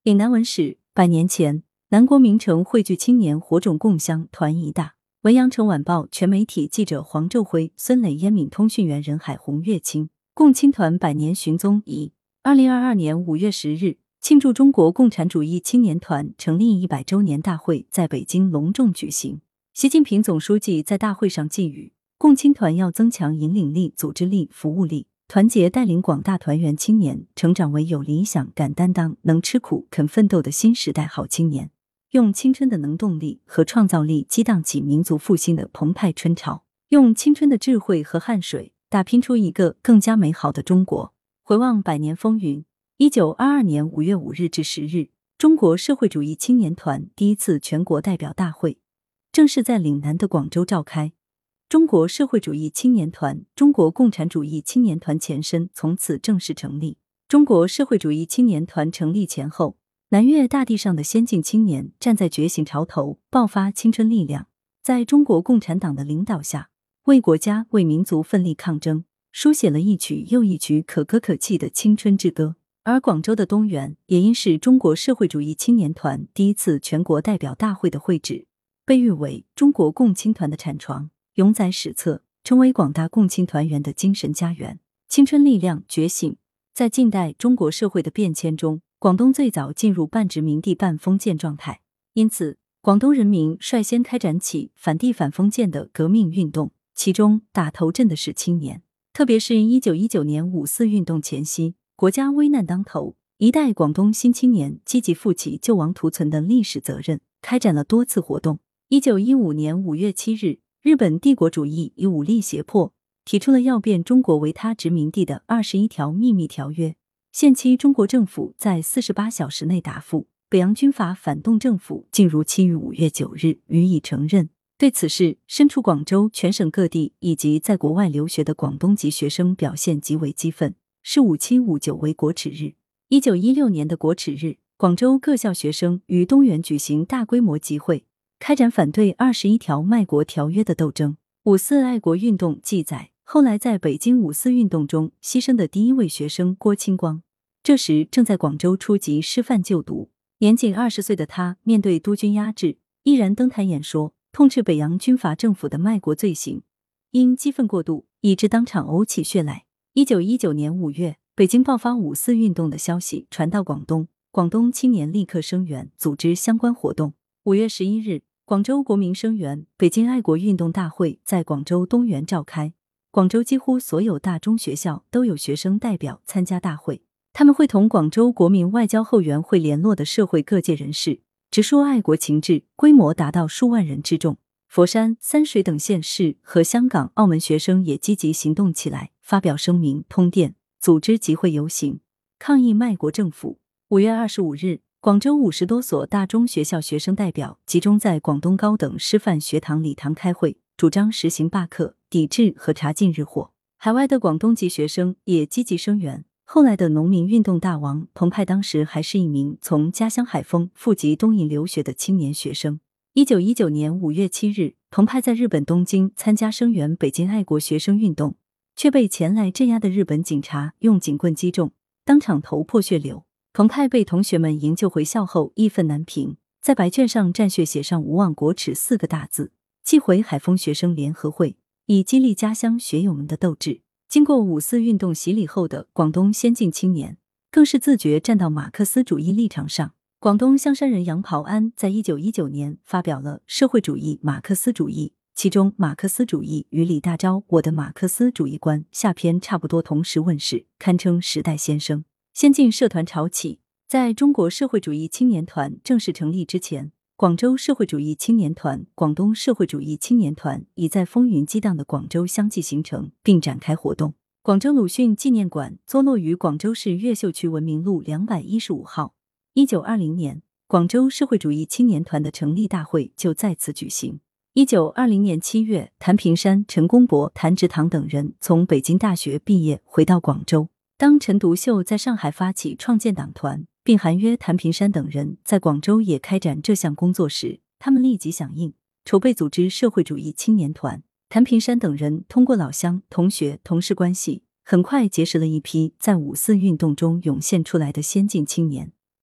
岭南文史100年前，南国名城汇聚青年火种共襄，团一大。文阳城晚报全媒体记者黄昼辉、孙磊，烟闽通讯员任海红、乐清。共青团100年寻踪仪。2022年5月10日，庆祝中国共产主义青年团成立100周年大会在北京隆重举行。习近平总书记在大会上寄语，共青团要增强引领力、组织力、服务力，团结带领广大团员青年成长为有理想、敢担当、能吃苦、肯奋斗的新时代好青年，用青春的能动力和创造力激荡起民族复兴的澎湃春潮，用青春的智慧和汗水打拼出一个更加美好的中国。回望100年风云，1922年5月5日至10日，中国社会主义青年团第一次全国代表大会正式在岭南的广州召开。中国社会主义青年团，中国共产主义青年团前身从此正式成立。中国社会主义青年团成立前后，南粤大地上的先进青年站在觉醒潮头，爆发青春力量，在中国共产党的领导下，为国家、为民族奋力抗争，书写了一曲又一曲可歌可泣的青春之歌。而广州的东源也因是中国社会主义青年团第一次全国代表大会的会址，被誉为中国共青团的产床，永载史册，成为广大共青团员的精神家园。青春力量觉醒。在近代中国社会的变迁中，广东最早进入半殖民地半封建状态，因此广东人民率先开展起反帝反封建的革命运动，其中打头阵的是青年。特别是1919年5·4运动前夕，国家危难当头，一代广东新青年积极负起救亡图存的历史责任，开展了多次活动。1915年5月7日，日本帝国主义以武力胁迫，提出了要变中国为他殖民地的21条秘密条约，限期中国政府在48小时内答复。北洋军阀反动政府竟如期于5月9日予以承认。对此事，身处广州、全省各地以及在国外留学的广东籍学生表现极为激愤，视57、59为国耻日。1916年的国耻日，广州各校学生于东园举行大规模集会，开展反对21条卖国条约的斗争。5·4爱国运动记载，后来在北京5·4运动中牺牲的第一位学生郭清光，这时正在广州初级师范就读。年仅20岁的他，面对督军压制，毅然登台演说，痛斥北洋军阀政府的卖国罪行，因激愤过度，以致当场呕起血来。1919年5月，北京爆发5·4运动的消息传到广东，广东青年立刻声援，组织相关活动。5月11日，广州国民声援北京爱国运动大会在广州东园召开，广州几乎所有大中学校都有学生代表参加大会，他们会同广州国民外交后援会联络的社会各界人士，直说爱国情志，规模达到数万人之众。佛山、三水等县市和香港、澳门学生也积极行动起来，发表声明、通电，组织集会游行，抗议卖国政府。5月25日，广州50多所大中学校学生代表集中在广东高等师范学堂礼堂开会，主张实行罢课，抵制和查禁日货。海外的广东籍学生也积极声援。后来的农民运动大王彭湃当时还是一名从家乡海丰赴籍东瀛留学的青年学生。1919年5月7日，彭湃在日本东京参加声援北京爱国学生运动，却被前来镇压的日本警察用警棍击中，当场头破血流。彭湃被同学们营救回校后义愤难平，在白卷上蘸血写上“无忘国耻”4个大字，寄回海丰学生联合会，以激励家乡学友们的斗志。经过5·4运动洗礼后的广东先进青年，更是自觉站到马克思主义立场上。广东香山人杨袍安在1919年发表了《社会主义马克思主义》，其中马克思主义与李大钊《我的马克思主义观》下篇差不多同时问世，堪称时代先声。先进社团潮起。在中国社会主义青年团正式成立之前，广州社会主义青年团、广东社会主义青年团已在风云激荡的广州相继形成并展开活动。广州鲁迅纪念馆坐落于广州市越秀区文明路215号。1920年，广州社会主义青年团的成立大会就在此举行。1920年7月，谭平山、陈公博、谭植堂等人从北京大学毕业回到广州。当陈独秀在上海发起创建党团，并函约谭平山等人在广州也开展这项工作时，他们立即响应，筹备组织社会主义青年团。谭平山等人通过老乡、同学、同事关系，很快结识了一批在5·4运动中涌现出来的先进青年。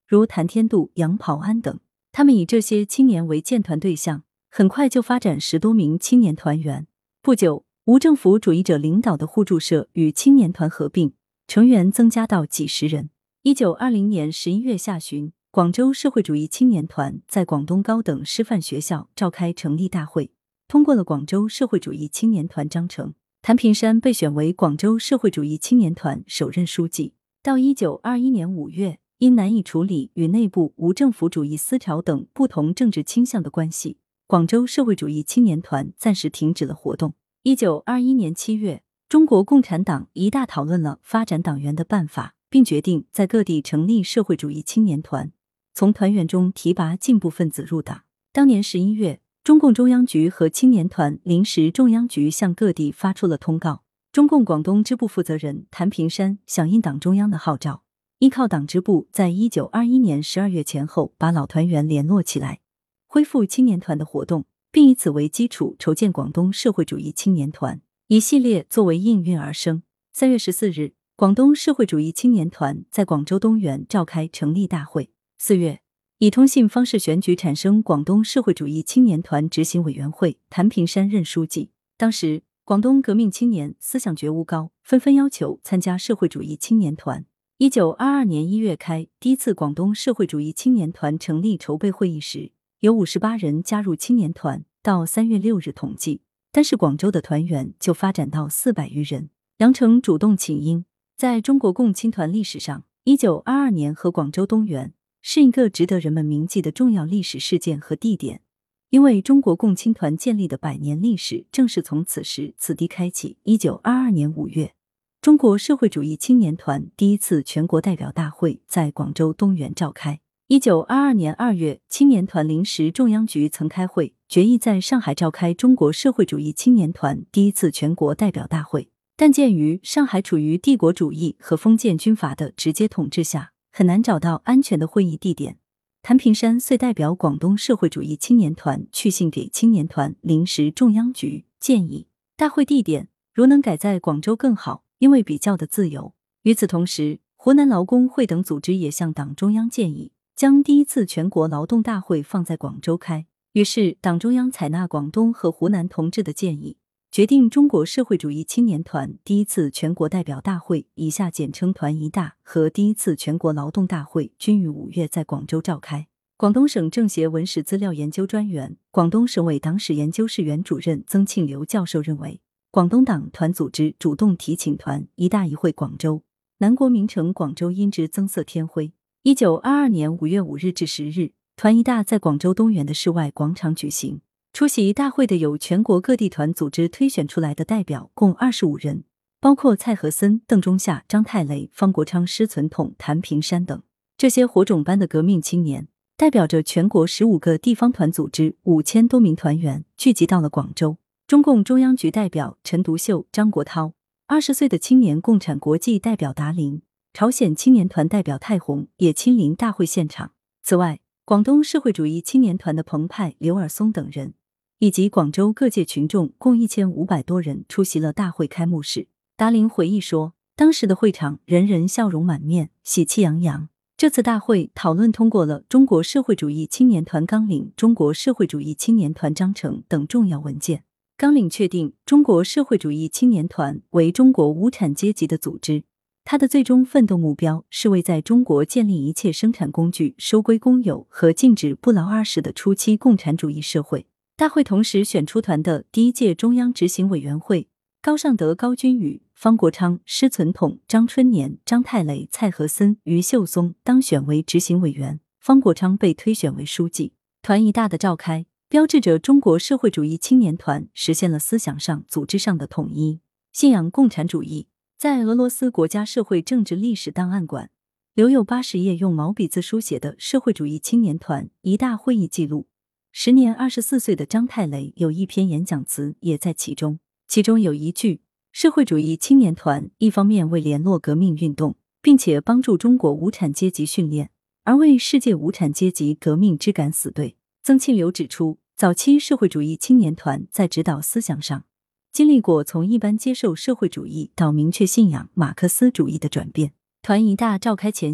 如谭天度、杨跑安等。他们以这些青年为建团对象，很快就发展10多名青年团员。不久，无政府主义者领导的互助社与青年团合并，成员增加到几十人。1920年11月下旬，广州社会主义青年团在广东高等师范学校召开成立大会，通过了广州社会主义青年团章程。谭平山被选为广州社会主义青年团首任书记。到1921年5月，因难以处理与内部无政府主义思潮等不同政治倾向的关系，广州社会主义青年团暂时停止了活动。1921年7月，中国共产党一大讨论了发展党员的办法，并决定在各地成立社会主义青年团，从团员中提拔进步分子入党。当年11月，中共中央局和青年团临时中央局向各地发出了通告。中共广东支部负责人谭平山响应党中央的号召，依靠党支部在1921年12月前后把老团员联络起来，恢复青年团的活动，并以此为基础筹建广东社会主义青年团。一系列作为应运而生。3月14日，广东社会主义青年团在广州东园召开成立大会。4月，以通信方式选举产生广东社会主义青年团执行委员会，谭平山任书记。当时，广东革命青年思想觉悟高，纷纷要求参加社会主义青年团。1922年1月开第一次广东社会主义青年团成立筹备会议时，有58人加入青年团，到3月6日统计，单是广州的团员就发展到400余人。羊城主动请缨。在中国共青团历史上，1922年和广州东园是一个值得人们铭记的重要历史事件和地点，因为中国共青团建立的100年历史正是从此时此地开启。1922年5月，中国社会主义青年团第一次全国代表大会在广州东园召开。1922年2月，青年团临时中央局曾开会，决议在上海召开中国社会主义青年团第一次全国代表大会。但鉴于上海处于帝国主义和封建军阀的直接统治下，很难找到安全的会议地点。谭平山遂代表广东社会主义青年团去信给青年团临时中央局，建议大会地点如能改在广州更好，因为比较的自由。与此同时，湖南劳工会等组织也向党中央建议，将第一次全国劳动大会放在广州开。于是党中央采纳广东和湖南同志的建议，决定中国社会主义青年团第一次全国代表大会（以下简称团一大）和第一次全国劳动大会均于5月在广州召开。广东省政协文史资料研究专员、广东省委党史研究室原主任曾庆留教授认为，广东党团组织主动提请团一大一会广州，南国名城广州因之增色添辉。1922年5月5日至10日，团一大在广州东园的室外广场举行。出席大会的有全国各地团组织推选出来的代表共25人，包括蔡和森、邓中夏、张太雷、方国昌、施存统、谭平山等。这些火种般的革命青年代表着全国15个地方团组织5000多名团员聚集到了广州。中共中央局代表陈独秀、张国焘，20岁的青年共产国际代表达林，朝鲜青年团代表泰洪也亲临大会现场。此外，广东社会主义青年团的彭湃、刘尔松等人以及广州各界群众共1500多人出席了大会开幕式。达林回忆说，当时的会场人人笑容满面，喜气洋洋。这次大会讨论通过了中国社会主义青年团纲领、中国社会主义青年团章程等重要文件。纲领确定中国社会主义青年团为中国无产阶级的组织，它的最终奋斗目标是为在中国建立一切生产工具收归公有和禁止不劳而食的初期共产主义社会。大会同时选出团的第一届中央执行委员会，高尚德、高君宇、方国昌、施存统、张春年、张太雷、蔡和森、于秀松当选为执行委员，方国昌被推选为书记。团一大的召开，标志着中国社会主义青年团实现了思想上、组织上的统一。信仰共产主义。在俄罗斯国家社会政治历史档案馆留有80页用毛笔字书写的社会主义青年团一大会议记录。时年24岁的张太雷有一篇演讲词也在其中，其中有一句：社会主义青年团一方面为联络革命运动，并且帮助中国无产阶级训练，而为世界无产阶级革命之敢死队。曾庆留指出，早期社会主义青年团在指导思想上经历过从一般接受社会主义到明确信仰马克思主义的转变。团一大召开前夕，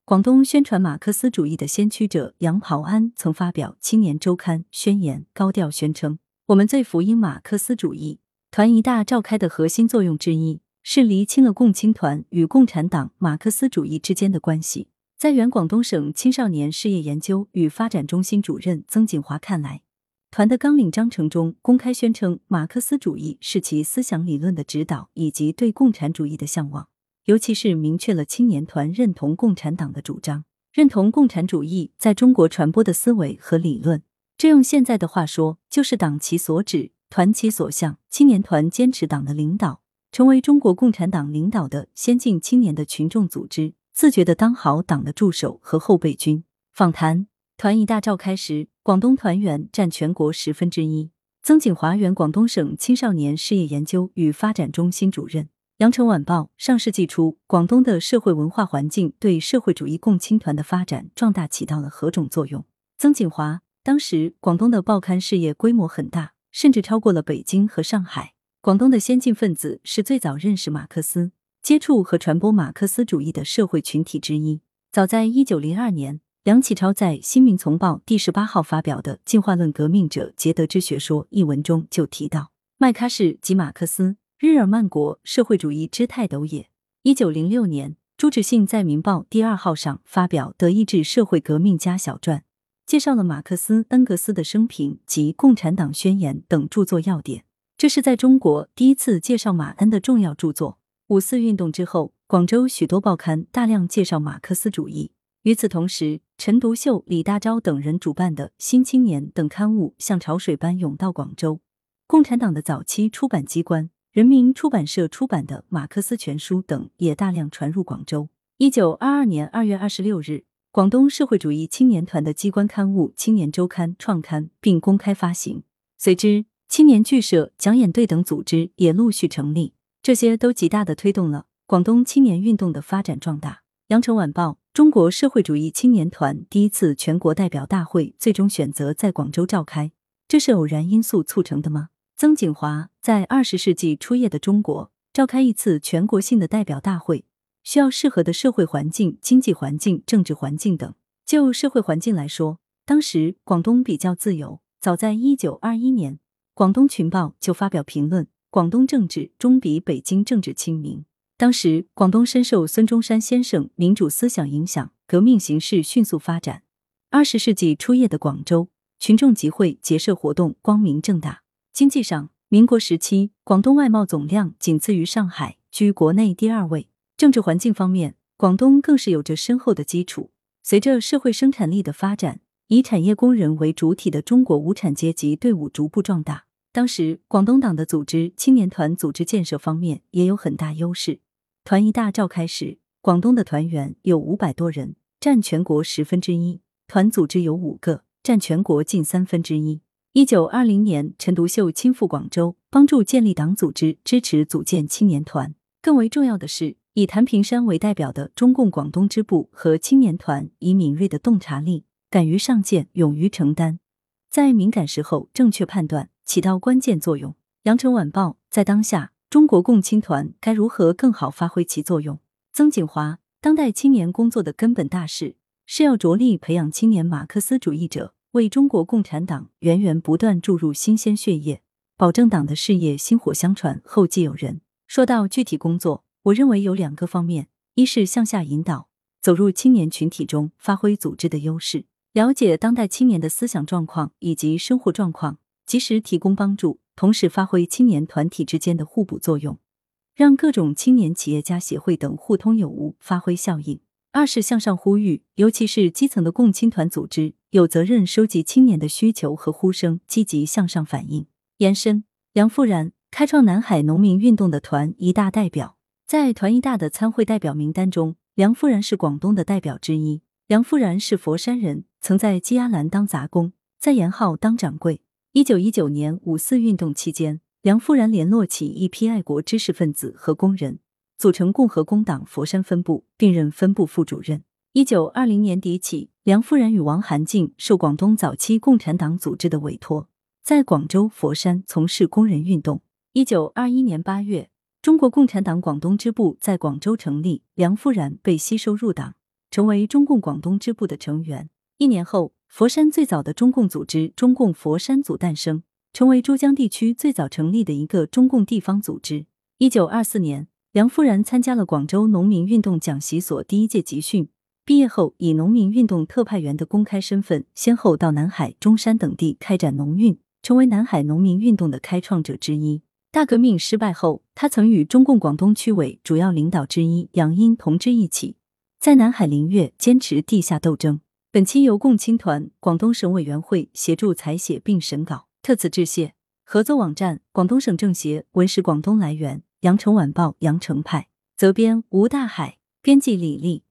广东宣传马克思主义的先驱者杨跑安曾发表《青年周刊》宣言，高调宣称，我们最福音马克思主义。团一大召开的核心作用之一，是厘清了共青团与共产党马克思主义之间的关系。在原广东省青少年事业研究与发展中心主任曾锦华看来，团的纲领章程中公开宣称马克思主义是其思想理论的指导以及对共产主义的向往，尤其是明确了青年团认同共产党的主张，认同共产主义在中国传播的思维和理论。这用现在的话说，就是党其所指，团其所向，青年团坚持党的领导，成为中国共产党领导的先进青年的群众组织，自觉地当好党的助手和后备军。访谈团一大召开时，广东团员占全国1/10。曾锦华原广东省青少年事业研究与发展中心主任。羊城晚报上世纪初，广东的社会文化环境对社会主义共青团的发展壮大起到了何种作用？曾锦华，当时广东的报刊事业规模很大，甚至超过了北京和上海。广东的先进分子是最早认识马克思、接触和传播马克思主义的社会群体之一。早在1902年，梁启超在《新民丛报》第18号发表的《进化论革命者皆得之学说》一文中就提到，麦喀士即马克思，日耳曼国社会主义之泰斗也。1906年，朱志信在《民报》第2号上发表《德意志社会革命家小传》，介绍了马克思、恩格斯的生平及《共产党宣言》等著作要点。这是在中国第一次介绍马恩的重要著作。5·4运动之后，广州许多报刊大量介绍马克思主义。与此同时，陈独秀、李大钊等人主办的《新青年》等刊物像潮水般涌到广州。共产党的早期出版机关人民出版社出版的《马克思全书》等也大量传入广州。1922年2月26日，广东社会主义青年团的机关刊物《青年周刊》创刊并公开发行。随之，青年剧社、讲演队等组织也陆续成立，这些都极大地推动了广东青年运动的发展壮大。羊城晚报，中国社会主义青年团第一次全国代表大会最终选择在广州召开，这是偶然因素促成的吗？曾锦华，在20世纪初叶的中国，召开一次全国性的代表大会，需要适合的社会环境、经济环境、政治环境等。就社会环境来说，当时广东比较自由，早在1921年，广东群报就发表评论，广东政治终比北京政治清明。当时广东深受孙中山先生民主思想影响，革命形势迅速发展。20世纪初叶的广州，群众集会结社活动光明正大。经济上，民国时期广东外贸总量仅次于上海，居国内第2位。政治环境方面，广东更是有着深厚的基础。随着社会生产力的发展，以产业工人为主体的中国无产阶级队伍逐步壮大。当时广东党的组织青年团组织建设方面也有很大优势。团一大召开时，广东的团员有500多人，占全国1/10，团组织有5个，占全国近1/3。1920年，陈独秀亲赴广州，帮助建立党组织，支持组建青年团。更为重要的是，以谭平山为代表的中共广东支部和青年团以敏锐的洞察力，敢于上谏，勇于承担，在敏感时候正确判断，起到关键作用。羊城晚报，在当下，中国共青团该如何更好发挥其作用？曾锦华，当代青年工作的根本大事，是要着力培养青年马克思主义者，为中国共产党源源不断注入新鲜血液，保证党的事业薪火相传，后继有人。说到具体工作，我认为有2个方面，一是向下引导，走入青年群体中，发挥组织的优势，了解当代青年的思想状况以及生活状况，及时提供帮助，同时发挥青年团体之间的互补作用，让各种青年企业家协会等互通有无，发挥效应。2是向上呼吁，尤其是基层的共青团组织，有责任收集青年的需求和呼声，积极向上反映。延伸，梁复然，开创南海农民运动的团一大代表。在团一大的参会代表名单中，梁复然是广东的代表之一。梁复然是佛山人，曾在基亚兰当杂工，在延浩当掌柜。1919年5·4运动期间，梁复然联络起一批爱国知识分子和工人，组成共和工党佛山分部，并任分部副主任。1920年底起，梁复然与王涵静受广东早期共产党组织的委托，在广州、佛山从事工人运动。1921年8月，中国共产党广东支部在广州成立，梁复然被吸收入党。 成为中共广东支部的成员。1年后，佛山最早的中共组织中共佛山组诞生，成为珠江地区最早成立的一个中共地方组织。1924年，梁夫然参加了广州农民运动讲习所第1届集训，毕业后以农民运动特派员的公开身份，先后到南海、中山等地开展农运，成为南海农民运动的开创者之一。大革命失败后，他曾与中共广东区委主要领导之一杨殷同志一起，在南海林粤坚持地下斗争。本期由共青团广东省委员会协助采写并审稿，特此致谢。合作网站：广东省政协文史广东来源：羊城晚报羊城派，责编吴大海，编辑李丽。